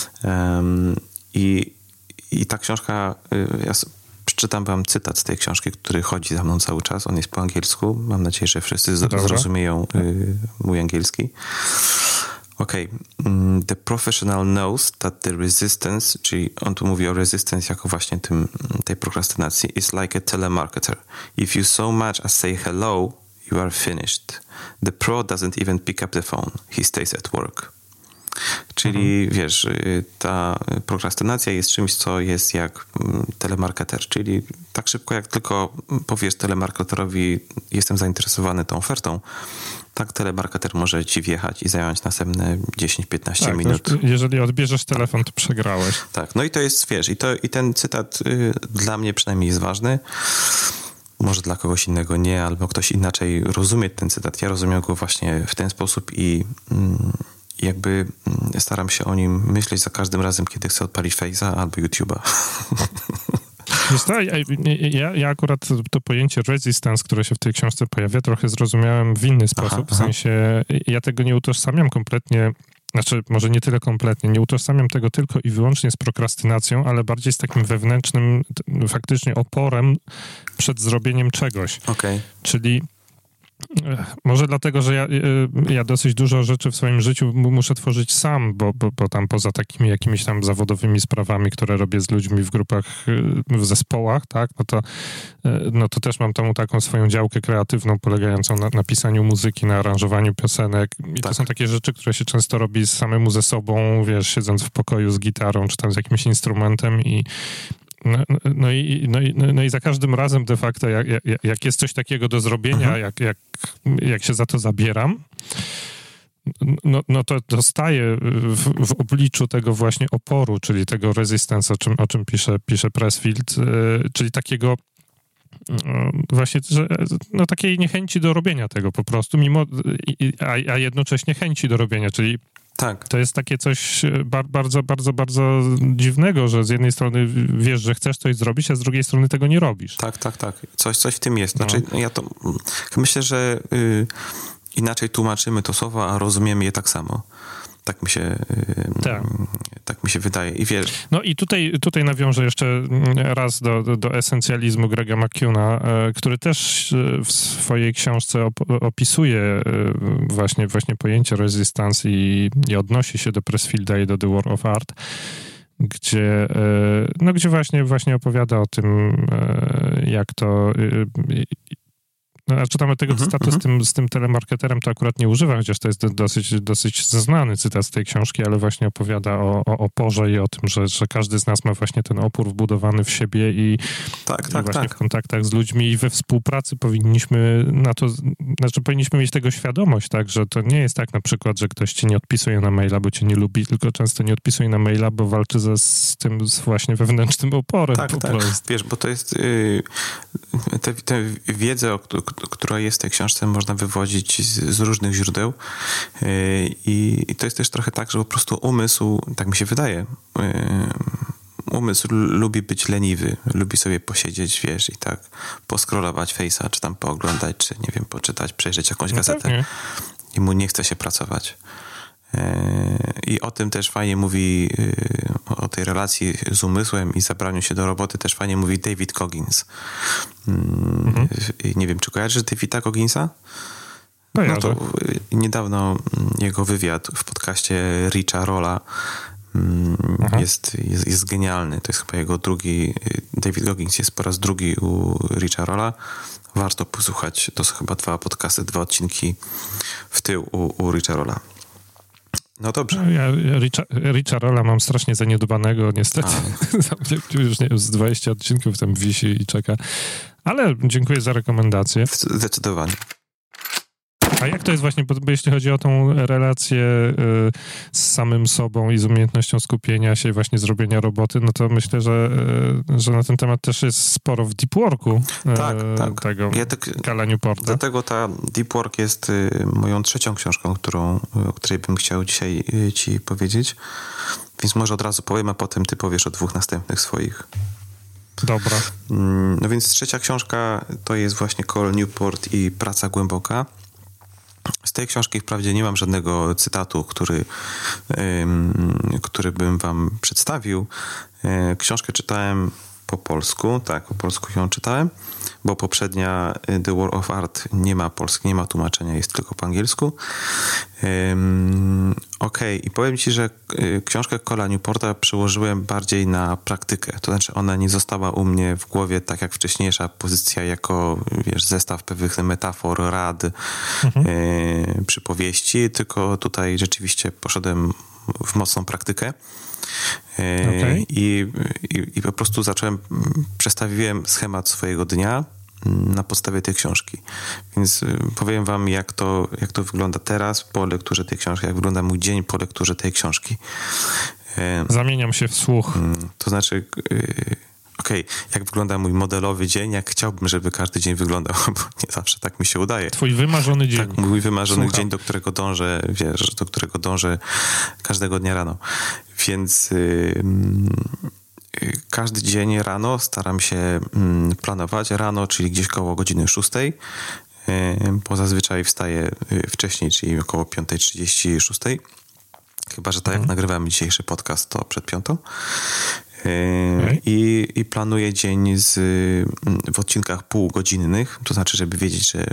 I ta książka, ja przeczytam wam cytat z tej książki, który chodzi za mną cały czas. On jest po angielsku. Mam nadzieję, że wszyscy zrozumieją mój angielski. Okay. The professional knows that the resistance, czyli on tu mówi o resistance jako właśnie tej prokrastynacji, is like a telemarketer. If you so much as say hello, you are finished. The pro doesn't even pick up the phone. He stays at work. Czyli wiesz, ta prokrastynacja jest czymś, co jest jak telemarketer, czyli tak szybko jak tylko powiesz telemarketerowi, jestem zainteresowany tą ofertą, tak telemarketer może ci wjechać i zająć następne 10-15 minut. Jeżeli odbierzesz telefon, to przegrałeś. Tak, no i to jest, wiesz, i ten cytat dla mnie przynajmniej jest ważny. Może dla kogoś innego nie, albo ktoś inaczej rozumie ten cytat. Ja rozumiem go właśnie w ten sposób i jakby staram się o nim myśleć za każdym razem, kiedy chcę odpalić Face'a albo YouTube'a. Ja akurat to pojęcie resistance, które się w tej książce pojawia, trochę zrozumiałem w inny sposób. W sensie ja tego nie utożsamiam kompletnie, znaczy może nie tyle kompletnie, nie utożsamiam tego tylko i wyłącznie z prokrastynacją, ale bardziej z takim wewnętrznym faktycznie oporem przed zrobieniem czegoś. Okay. Czyli może dlatego, że ja dosyć dużo rzeczy w swoim życiu muszę tworzyć sam, bo tam poza takimi jakimiś tam zawodowymi sprawami, które robię z ludźmi w grupach, w zespołach, tak, no to też mam tam taką swoją działkę kreatywną polegającą na pisaniu muzyki, na aranżowaniu piosenek i to są takie rzeczy, które się często robi samemu ze sobą, wiesz, siedząc w pokoju z gitarą, czy tam z jakimś instrumentem i No i za każdym razem de facto, jak jest coś takiego do zrobienia, jak się za to zabieram, no to dostaję w obliczu tego właśnie oporu, czyli tego resistance, o czym pisze Pressfield, czyli takiego właśnie, że no takiej niechęci do robienia tego po prostu, a jednocześnie chęci do robienia, czyli tak. To jest takie coś bardzo, bardzo, bardzo dziwnego, że z jednej strony wiesz, że chcesz coś zrobić, a z drugiej strony tego nie robisz. Tak. Coś w tym jest. Znaczy, ja to myślę, że inaczej tłumaczymy to słowo, a rozumiemy je tak samo. Tak mi się wydaje. I wiesz... No i tutaj nawiążę jeszcze raz do esencjalizmu Grega McKeown'a, który też w swojej książce opisuje właśnie pojęcie resistance i odnosi się do Pressfielda i do The War of Art, gdzie właśnie opowiada o tym, jak to... Czytamy tego cytatu z tym telemarketerem, to akurat nie używa, chociaż to jest dosyć znany cytat z tej książki, ale właśnie opowiada o oporze i o tym, że każdy z nas ma właśnie ten opór wbudowany w siebie i właśnie w kontaktach z ludźmi i we współpracy powinniśmy mieć tego świadomość, tak, że to nie jest tak na przykład, że ktoś ci nie odpisuje na maila, bo cię nie lubi, tylko często nie odpisuje na maila, bo walczy z tym właśnie wewnętrznym oporem. Tak. Wiesz, bo to jest tę wiedzę, która jest w tej książce, można wywodzić z różnych źródeł i to jest też trochę tak, że po prostu umysł, tak mi się wydaje, umysł lubi być leniwy, lubi sobie posiedzieć, wiesz, i tak poskrolować Face'a, czy tam pooglądać, czy nie wiem, poczytać, przejrzeć jakąś gazetę. Pewnie. I mu nie chce się pracować. I o tym też fajnie mówi, o tej relacji z umysłem i zabraniu się do roboty też fajnie mówi David Goggins. Nie wiem, czy kojarzysz Davida Gogginsa? No to niedawno jego wywiad w podcaście Richa Rolla jest genialny. To jest chyba jego drugi... David Goggins jest po raz drugi u Richa Rolla. Warto posłuchać. To są chyba 2 podcasty, 2 odcinki w tył u Richa Rolla. No dobrze. Ja Richa Rolla mam strasznie zaniedbanego, niestety. Już nie wiem, z 20 odcinków tam wisi i czeka. Ale dziękuję za rekomendację. Zdecydowanie. A jak to jest właśnie, bo jeśli chodzi o tą relację z samym sobą i z umiejętnością skupienia się, właśnie zrobienia roboty, no to myślę, że na ten temat też jest sporo w Deep Worku tego Cala Newporta. Dlatego ta Deep Work jest moją 3. książką, o której bym chciał dzisiaj ci powiedzieć. Więc może od razu powiem, a potem ty powiesz o 2 następnych swoich. Dobra. No więc 3. książka to jest właśnie Cal Newport i Praca głęboka. Z tej książki wprawdzie nie mam żadnego cytatu, który bym wam przedstawił. Książkę czytałem po polsku, po polsku ją czytałem, bo poprzednia The War of Art nie ma polski, nie ma tłumaczenia, jest tylko po angielsku. I powiem ci, że książkę Cala Newporta przełożyłem bardziej na praktykę. To znaczy ona nie została u mnie w głowie tak jak wcześniejsza pozycja jako, wiesz, zestaw pewnych metafor, rad, przypowieści, tylko tutaj rzeczywiście poszedłem w mocną praktykę. I po prostu przestawiłem schemat swojego dnia na podstawie tej książki. Więc powiem wam, jak to wygląda teraz po lekturze tej książki, jak wygląda mój dzień po lekturze tej książki. Zamieniam się w słuch. To znaczy... jak wygląda mój modelowy dzień, jak chciałbym, żeby każdy dzień wyglądał, bo nie zawsze tak mi się udaje. Twój wymarzony dzień. Tak, mój wymarzony dzień, do którego dążę każdego dnia rano. Więc każdy dzień rano staram się planować. Rano, czyli gdzieś koło godziny 6, bo zazwyczaj wstaję wcześniej, czyli około 5:36. Chyba że tak jak nagrywamy dzisiejszy podcast, to przed 5. I planuję dzień w odcinkach półgodzinnych, to znaczy, żeby wiedzieć, że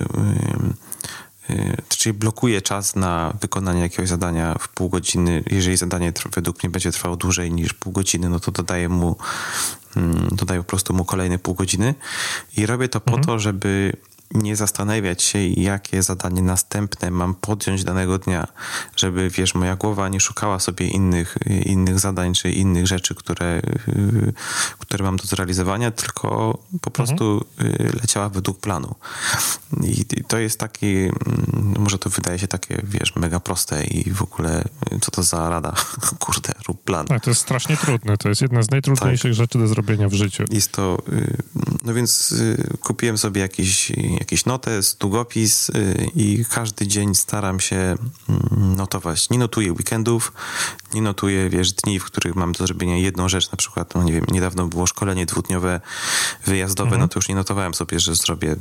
czyli blokuję czas na wykonanie jakiegoś zadania w pół godziny. Jeżeli zadanie według mnie będzie trwało dłużej niż pół godziny, no to dodaję po prostu mu kolejne pół godziny i robię to po to, żeby nie zastanawiać się, jakie zadanie następne mam podjąć danego dnia, żeby, wiesz, moja głowa nie szukała sobie innych zadań, czy innych rzeczy, które mam do zrealizowania, tylko po prostu leciała według planu. I to jest taki, może to wydaje się takie, wiesz, mega proste i w ogóle, co to za rada? Kurde, rób plan. Tak, to jest strasznie trudne. To jest jedna z najtrudniejszych rzeczy do zrobienia w życiu. Jest to No więc kupiłem sobie jakiś notes, długopis i każdy dzień staram się notować. Nie notuję weekendów, nie notuję, dni, w których mam do zrobienia jedną rzecz, na przykład, no nie wiem, niedawno było szkolenie dwudniowe, wyjazdowe, no to już nie notowałem sobie, że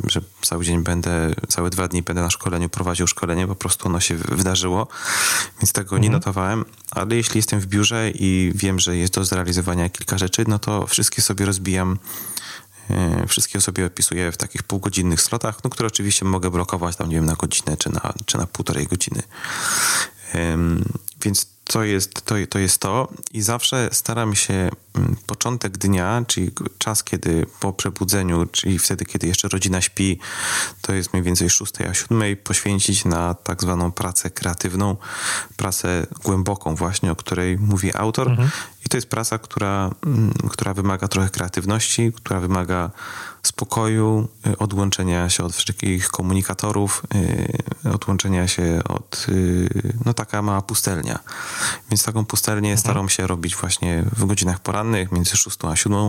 całe 2 dni będę na szkoleniu, prowadził szkolenie, po prostu ono się wydarzyło, więc tego nie notowałem, ale jeśli jestem w biurze i wiem, że jest do zrealizowania kilka rzeczy, no to wszystkie sobie rozbijam, wszystkie sobie opisuję w takich półgodzinnych slotach, no, które oczywiście mogę blokować tam, nie wiem, na godzinę czy na 1,5 godziny. Więc to jest to i zawsze staram się początek dnia, czyli czas, kiedy po przebudzeniu, czyli wtedy, kiedy jeszcze rodzina śpi, to jest mniej więcej 6, a 7, poświęcić na tak zwaną pracę kreatywną, pracę głęboką właśnie, o której mówi autor. I to jest praca, która wymaga trochę kreatywności, która wymaga spokoju, odłączenia się od wszystkich komunikatorów, odłączenia się od, no taka mała pustelnia. Więc taką pustelnię staram się robić właśnie w godzinach porannych, między 6 a 7,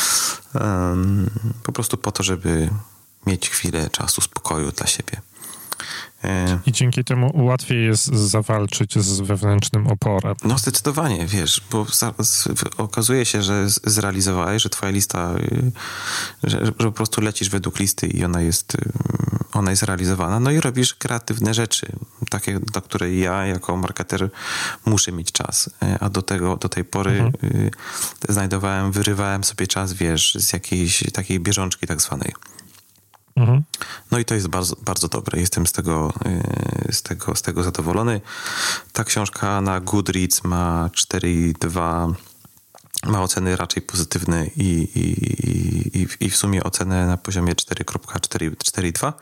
po prostu po to, żeby mieć chwilę czasu spokoju dla siebie. I dzięki temu łatwiej jest zawalczyć z wewnętrznym oporem. No zdecydowanie, bo okazuje się, że zrealizowałeś, że twoja lista, że po prostu lecisz według listy i ona jest realizowana, no i robisz kreatywne rzeczy, takie, do której ja jako marketer muszę mieć czas, a do tej pory wyrywałem sobie czas, z jakiejś takiej bieżączki tak zwanej. No i to jest bardzo, bardzo dobre. Jestem z tego zadowolony. Ta książka na Goodreads ma 4,2, ma oceny raczej pozytywne i w sumie ocenę na poziomie 4,2.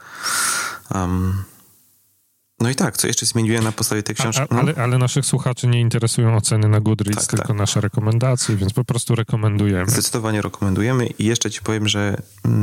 No i tak, co jeszcze zmieniłem na podstawie tej książki? Ale naszych słuchaczy nie interesują oceny na Goodreads, tylko nasze rekomendacje, więc po prostu rekomendujemy. Zdecydowanie rekomendujemy i jeszcze ci powiem, że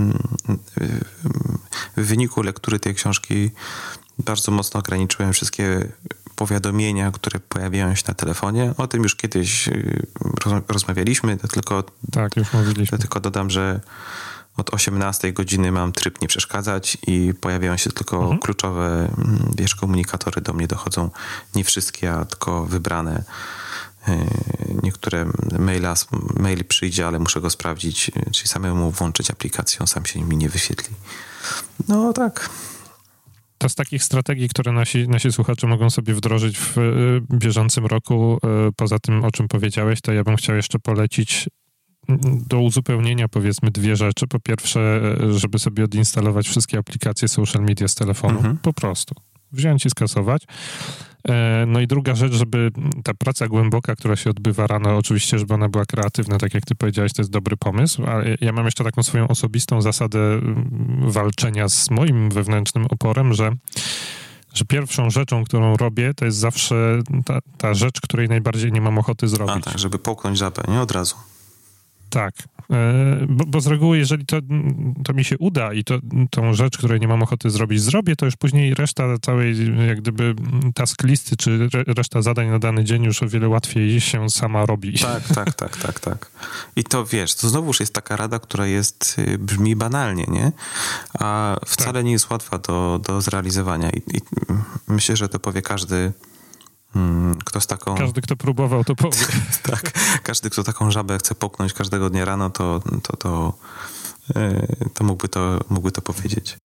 w wyniku lektury tej książki bardzo mocno ograniczyłem wszystkie powiadomienia, które pojawiają się na telefonie. O tym już kiedyś rozmawialiśmy, już mówiliśmy. Tylko dodam, że od 18 godziny mam tryb nie przeszkadzać i pojawiają się tylko kluczowe, komunikatory do mnie dochodzą. Nie wszystkie, a tylko wybrane. Niektóre mail przyjdzie, ale muszę go sprawdzić, czyli samemu włączyć aplikację, on sam się mi nie wyświetli. No tak. To z takich strategii, które nasi słuchacze mogą sobie wdrożyć w bieżącym roku, poza tym, o czym powiedziałeś, to ja bym chciał jeszcze polecić do uzupełnienia, powiedzmy, 2 rzeczy. Po pierwsze, żeby sobie odinstalować wszystkie aplikacje social media z telefonu. Po prostu. Wziąć i skasować. No i druga rzecz, żeby ta praca głęboka, która się odbywa rano, oczywiście, żeby ona była kreatywna, tak jak ty powiedziałeś, to jest dobry pomysł, ale ja mam jeszcze taką swoją osobistą zasadę walczenia z moim wewnętrznym oporem, że pierwszą rzeczą, którą robię, to jest zawsze ta rzecz, której najbardziej nie mam ochoty zrobić. Tak, żeby połknąć żabę, nie od razu. Tak, bo z reguły, jeżeli to mi się uda i tą rzecz, której nie mam ochoty zrobię, to już później reszta całej jak gdyby task listy, czy reszta zadań na dany dzień już o wiele łatwiej się sama robi. Tak. I to to znowuż jest taka rada, która brzmi banalnie, nie? A wcale nie jest łatwa do zrealizowania i myślę, że to powie każdy, Każdy, kto próbował, to powie. Tak, każdy, kto taką żabę chce połknąć każdego dnia rano, to mógłby to powiedzieć.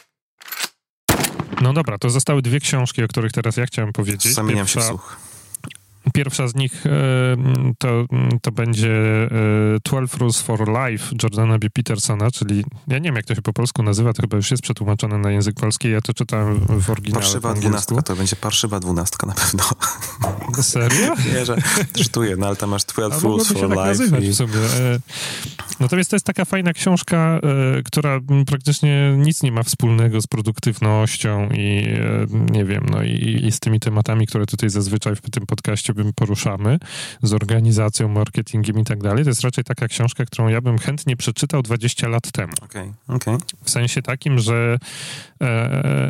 No dobra, to zostały 2 książki, o których teraz ja chciałem powiedzieć. Zamieniam się w słuch. Pierwsza z nich to będzie 12 Rules for Life Jordana B. Petersona, czyli ja nie wiem, jak to się po polsku nazywa, to chyba już jest przetłumaczone na język polski, ja to czytałem w oryginale. Parszywa 12, to będzie parszywa 12 na pewno. Serio? Nie, że żartuję, ale tam masz 12 Rules for tak Life. W sumie. Natomiast to jest taka fajna książka, która praktycznie nic nie ma wspólnego z produktywnością i nie wiem, no i z tymi tematami, które tutaj zazwyczaj w tym podcaście poruszamy, z organizacją, marketingiem i tak dalej. To jest raczej taka książka, którą ja bym chętnie przeczytał 20 lat temu. Okay. W sensie takim, że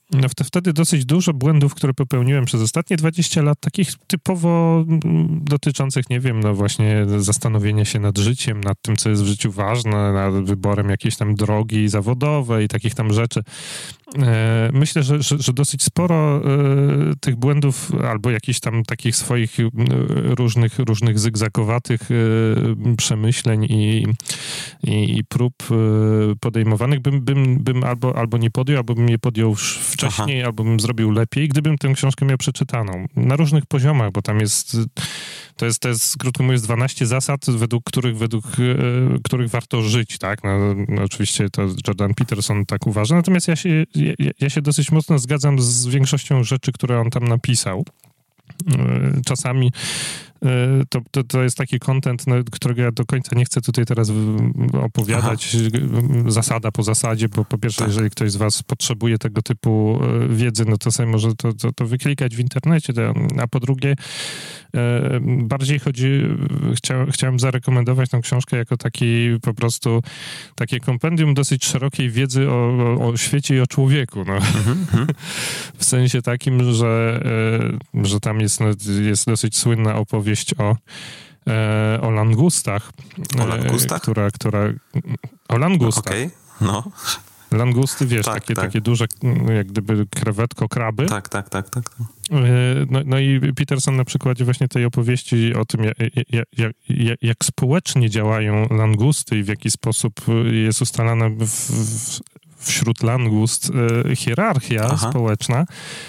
no wtedy dosyć dużo błędów, które popełniłem przez ostatnie 20 lat, takich typowo dotyczących, nie wiem, no właśnie zastanowienia się nad życiem, nad tym, co jest w życiu ważne, nad wyborem jakiejś tam drogi zawodowej i takich tam rzeczy. Myślę, że dosyć sporo tych błędów albo jakichś tam takich swoich różnych zygzakowatych przemyśleń i prób podejmowanych bym albo nie podjął, albo bym je podjął już wcześniej, albo bym zrobił lepiej, gdybym tę książkę miał przeczytaną. Na różnych poziomach, bo tam jest, krótko mówiąc, 12 zasad, według których warto żyć, tak? No, oczywiście to Jordan Peterson tak uważa, natomiast ja się dosyć mocno zgadzam z większością rzeczy, które on tam napisał. Czasami to jest taki content, którego ja do końca nie chcę tutaj teraz opowiadać, zasada po zasadzie, bo po pierwsze, jeżeli ktoś z was potrzebuje tego typu wiedzy, no to sobie może to wyklikać w internecie, a po drugie bardziej chciałem zarekomendować tę książkę jako taki po prostu takie kompendium dosyć szerokiej wiedzy o świecie i o człowieku. No. W sensie takim, że tam jest dosyć słynna opowieść o langustach. O langustach? O langustach. Okej, no. Langusty, wiesz, takie duże, jak gdyby krewetko-kraby. Tak. No i Peterson na przykładzie właśnie tej opowieści o tym, jak społecznie działają langusty i w jaki sposób jest ustalana wśród langust hierarchia społeczna,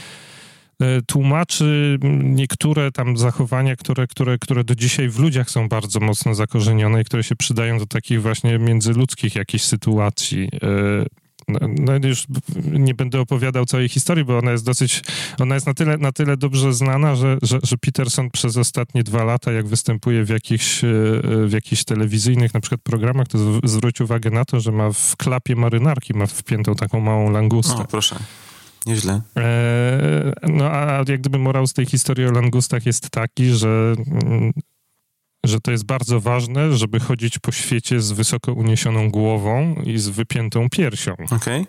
tłumaczy niektóre tam zachowania, które do dzisiaj w ludziach są bardzo mocno zakorzenione i które się przydają do takich właśnie międzyludzkich jakichś sytuacji. No już nie będę opowiadał całej historii, bo ona jest na tyle dobrze znana, że Peterson przez ostatnie 2 lata, jak występuje w jakichś telewizyjnych na przykład programach, to zwróć uwagę na to, że ma w klapie marynarki wpiętą taką małą langustę. O, proszę. Nieźle. No a jak gdyby morał z tej historii o langustach jest taki, że to jest bardzo ważne, żeby chodzić po świecie z wysoko uniesioną głową i z wypiętą piersią. Okej.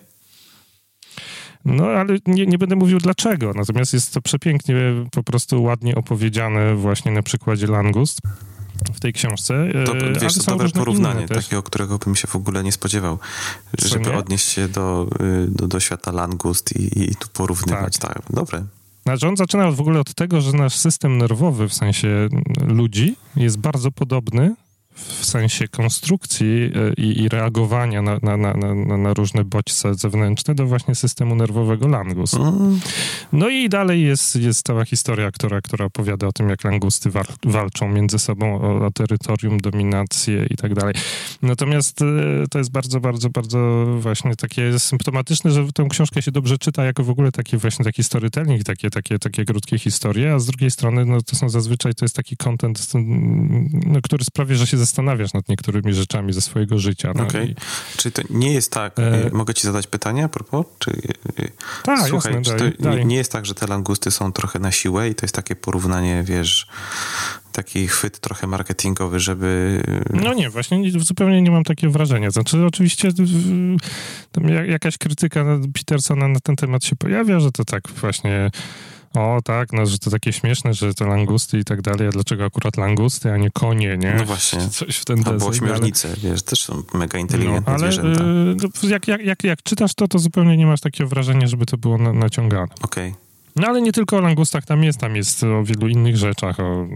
No, ale nie będę mówił dlaczego, natomiast jest to przepięknie, po prostu ładnie opowiedziane właśnie na przykładzie langust w tej książce. To wiesz, to dobre porównanie, takiego, którego bym się w ogóle nie spodziewał, żeby odnieść się do świata langust i tu porównywać. Tak, dobre. Znaczy on zaczyna w ogóle od tego, że nasz system nerwowy, w sensie ludzi, jest bardzo podobny w sensie konstrukcji i reagowania na różne bodźce zewnętrzne do właśnie systemu nerwowego langust. No i dalej jest cała historia, która opowiada o tym, jak langusty walczą między sobą o terytorium, dominację i tak dalej. Natomiast to jest bardzo, bardzo, bardzo właśnie takie symptomatyczne, że tę książkę się dobrze czyta jako w ogóle taki storytelling, takie krótkie historie, a z drugiej strony no, to są zazwyczaj, to jest taki content, no, który sprawia, że się zastanawiasz nad niektórymi rzeczami ze swojego życia. No. Okej. Czyli to nie jest tak, mogę ci zadać pytanie a propos? Tak, słuchaj, jasne, czy to nie jest tak, że te langusty są trochę na siłę i to jest takie porównanie, wiesz, taki chwyt trochę marketingowy, żeby... No nie, właśnie zupełnie nie mam takiego wrażenia. Znaczy oczywiście tam jakaś krytyka Petersona na ten temat się pojawia, że to tak właśnie... O tak, no, że to takie śmieszne, że to langusty i tak dalej, a dlaczego akurat langusty, a nie konie, nie? No właśnie. Coś w ten albo ośmiornice, wiesz, też są mega inteligentne zwierzęta. Jak czytasz to zupełnie nie masz takiego wrażenia, żeby to było naciągane. Okej. No ale nie tylko o langustach tam jest o wielu innych rzeczach,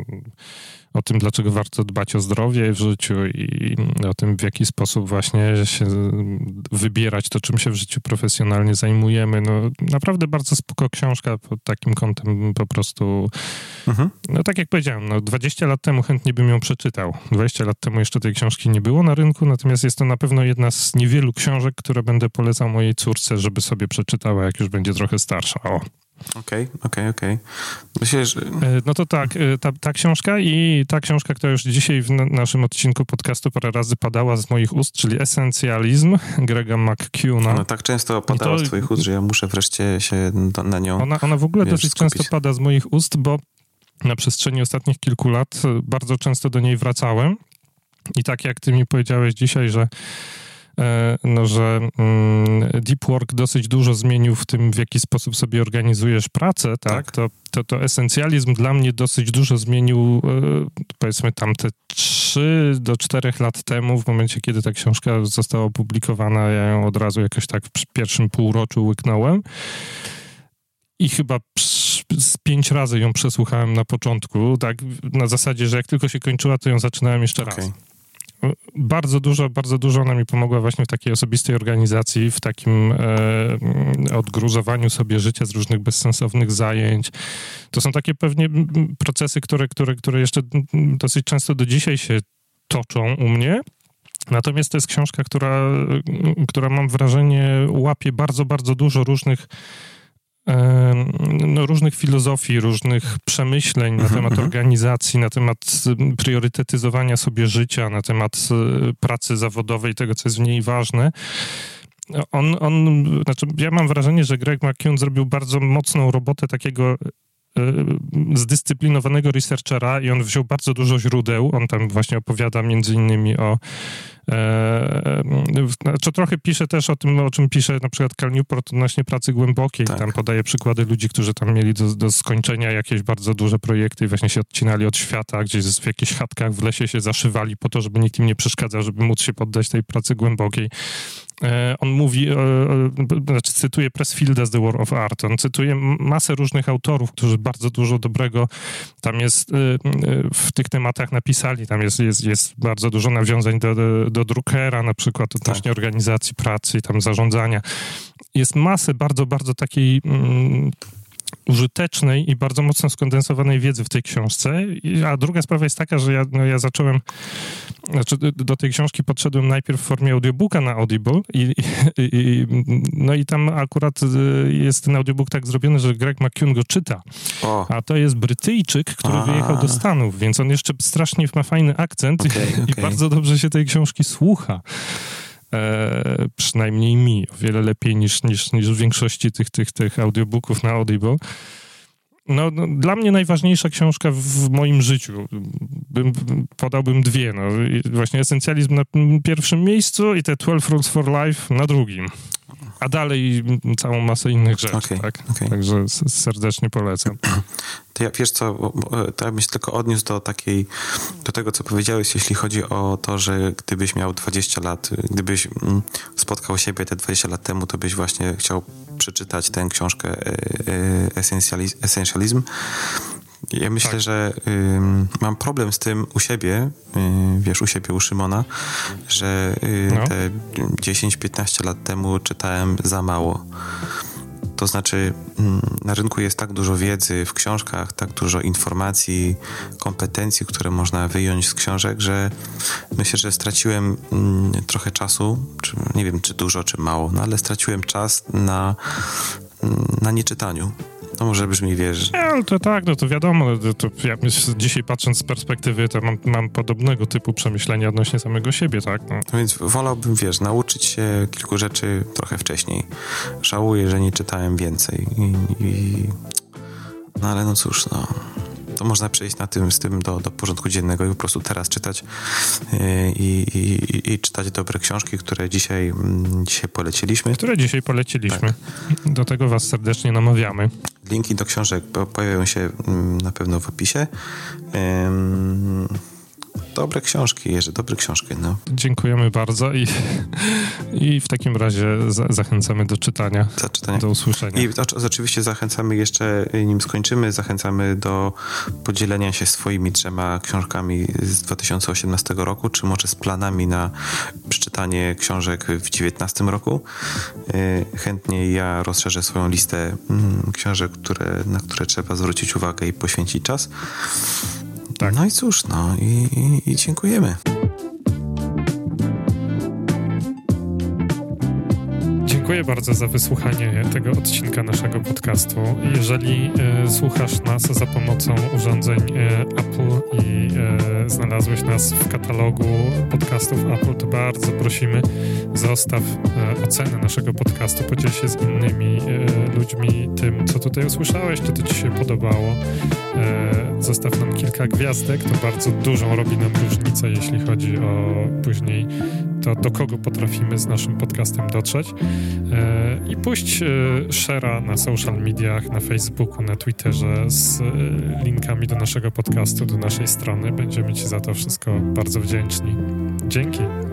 o tym, dlaczego warto dbać o zdrowie w życiu i o tym, w jaki sposób właśnie się wybierać to, czym się w życiu profesjonalnie zajmujemy. No naprawdę bardzo spoko książka pod takim kątem po prostu. No tak jak powiedziałem, no 20 lat temu chętnie bym ją przeczytał. 20 lat temu jeszcze tej książki nie było na rynku, natomiast jest to na pewno jedna z niewielu książek, które będę polecał mojej córce, żeby sobie przeczytała, jak już będzie trochę starsza. Okej. Myślę, że... No to tak, ta książka i ta książka, która już dzisiaj w naszym odcinku podcastu parę razy padała z moich ust, czyli Esencjalizm Grega McKeown. Ona tak często padała z twoich ust, że ja muszę wreszcie się na nią Ona w ogóle dosyć często pada z moich ust, bo na przestrzeni ostatnich kilku lat bardzo często do niej wracałem i tak jak ty mi powiedziałeś dzisiaj, że że deep work dosyć dużo zmienił w tym, w jaki sposób sobie organizujesz pracę, tak? To esencjalizm dla mnie dosyć dużo zmienił, powiedzmy tam te 3 do 4 lat temu, w momencie, kiedy ta książka została opublikowana, ja ją od razu jakoś tak w pierwszym półroczu łyknąłem i chyba z 5 razy ją przesłuchałem na początku, tak na zasadzie, że jak tylko się kończyła, to ją zaczynałem jeszcze raz. Bardzo dużo ona mi pomogła właśnie w takiej osobistej organizacji, w takim odgruzowaniu sobie życia z różnych bezsensownych zajęć. To są takie pewnie procesy, które jeszcze dosyć często do dzisiaj się toczą u mnie. Natomiast to jest książka, która mam wrażenie łapie bardzo dużo różnych filozofii, różnych przemyśleń na temat organizacji, na temat priorytetyzowania sobie życia, na temat pracy zawodowej, tego, co jest w niej ważne. Ja mam wrażenie, że Greg McKeown zrobił bardzo mocną robotę takiego zdyscyplinowanego researchera i on wziął bardzo dużo źródeł. On tam właśnie opowiada między innymi trochę pisze też o tym, o czym pisze na przykład Cal Newport odnośnie pracy głębokiej. Tak. Tam podaje przykłady ludzi, którzy tam mieli do skończenia jakieś bardzo duże projekty i właśnie się odcinali od świata, gdzieś w jakichś chatkach w lesie się zaszywali po to, żeby nikt im nie przeszkadzał, żeby móc się poddać tej pracy głębokiej. On mówi, cytuje Pressfielda z The War of Art, on cytuje masę różnych autorów, którzy bardzo dużo dobrego tam jest w tych tematach napisali. Tam jest bardzo dużo nawiązań do Druckera na przykład odnośnie organizacji pracy i tam zarządzania. Jest masę bardzo takiej użytecznej i bardzo mocno skondensowanej wiedzy w tej książce. A druga sprawa jest taka, że ja zacząłem, do tej książki podszedłem najpierw w formie audiobooka na Audible i tam akurat jest ten audiobook tak zrobiony, że Greg McKeown go czyta. A to jest Brytyjczyk, który wyjechał do Stanów, więc on jeszcze strasznie ma fajny akcent i bardzo dobrze się tej książki słucha. Przynajmniej mi, o wiele lepiej niż w większości tych audiobooków na Audible. Dla mnie najważniejsza książka w moim życiu. Podałbym 2. Właśnie Esencjalizm na pierwszym miejscu i te 12 Rules for Life na drugim. A dalej całą masę innych rzeczy, tak? Także serdecznie polecam. To ja, wiesz co, to ja bym się tylko odniósł do tego, co powiedziałeś, jeśli chodzi o to, że gdybyś miał 20 lat, gdybyś spotkał siebie te 20 lat temu, to byś właśnie chciał przeczytać tę książkę Essentialism. Ja myślę, że mam problem z tym u siebie, u Szymona, że te 10-15 lat temu czytałem za mało. To znaczy, na rynku jest tak dużo wiedzy w książkach, tak dużo informacji, kompetencji, które można wyjąć z książek, że myślę, że straciłem trochę czasu, nie wiem, czy dużo, czy mało, ale straciłem czas na nieczytaniu. To może brzmi, wiesz... To tak, to wiadomo. Ja dzisiaj patrząc z perspektywy, to mam podobnego typu przemyślenia odnośnie samego siebie, tak? Więc wolałbym, nauczyć się kilku rzeczy trochę wcześniej. Żałuję, że nie czytałem więcej. Ale cóż, to można przejść z tym do porządku dziennego i po prostu teraz czytać i czytać dobre książki, które dzisiaj poleciliśmy. Tak. Do tego was serdecznie namawiamy. Linki do książek pojawią się na pewno w opisie. Dobre książki, Jerzy, dobre książki. Dziękujemy bardzo i w takim razie zachęcamy do czytania, do usłyszenia. I oczywiście zachęcamy jeszcze, nim skończymy, zachęcamy do podzielenia się swoimi 3 książkami z 2018 roku, czy może z planami na przeczytanie książek w 2019 roku. Chętnie ja rozszerzę swoją listę książek, na które trzeba zwrócić uwagę i poświęcić czas. Tak. No i cóż, i dziękujemy. Dziękuję bardzo za wysłuchanie tego odcinka naszego podcastu. Jeżeli słuchasz nas za pomocą urządzeń Apple i znalazłeś nas w katalogu podcastów Apple, to bardzo prosimy, zostaw ocenę naszego podcastu, podziel się z innymi ludźmi tym, co tutaj usłyszałeś, czy to ci się podobało. Zostaw nam kilka gwiazdek, to bardzo dużą robi nam różnicę, jeśli chodzi o później to, do kogo potrafimy z naszym podcastem dotrzeć. I puść share'a na social mediach, na Facebooku, na Twitterze z linkami do naszego podcastu, do naszej strony. Będziemy ci za to wszystko bardzo wdzięczni. Dzięki.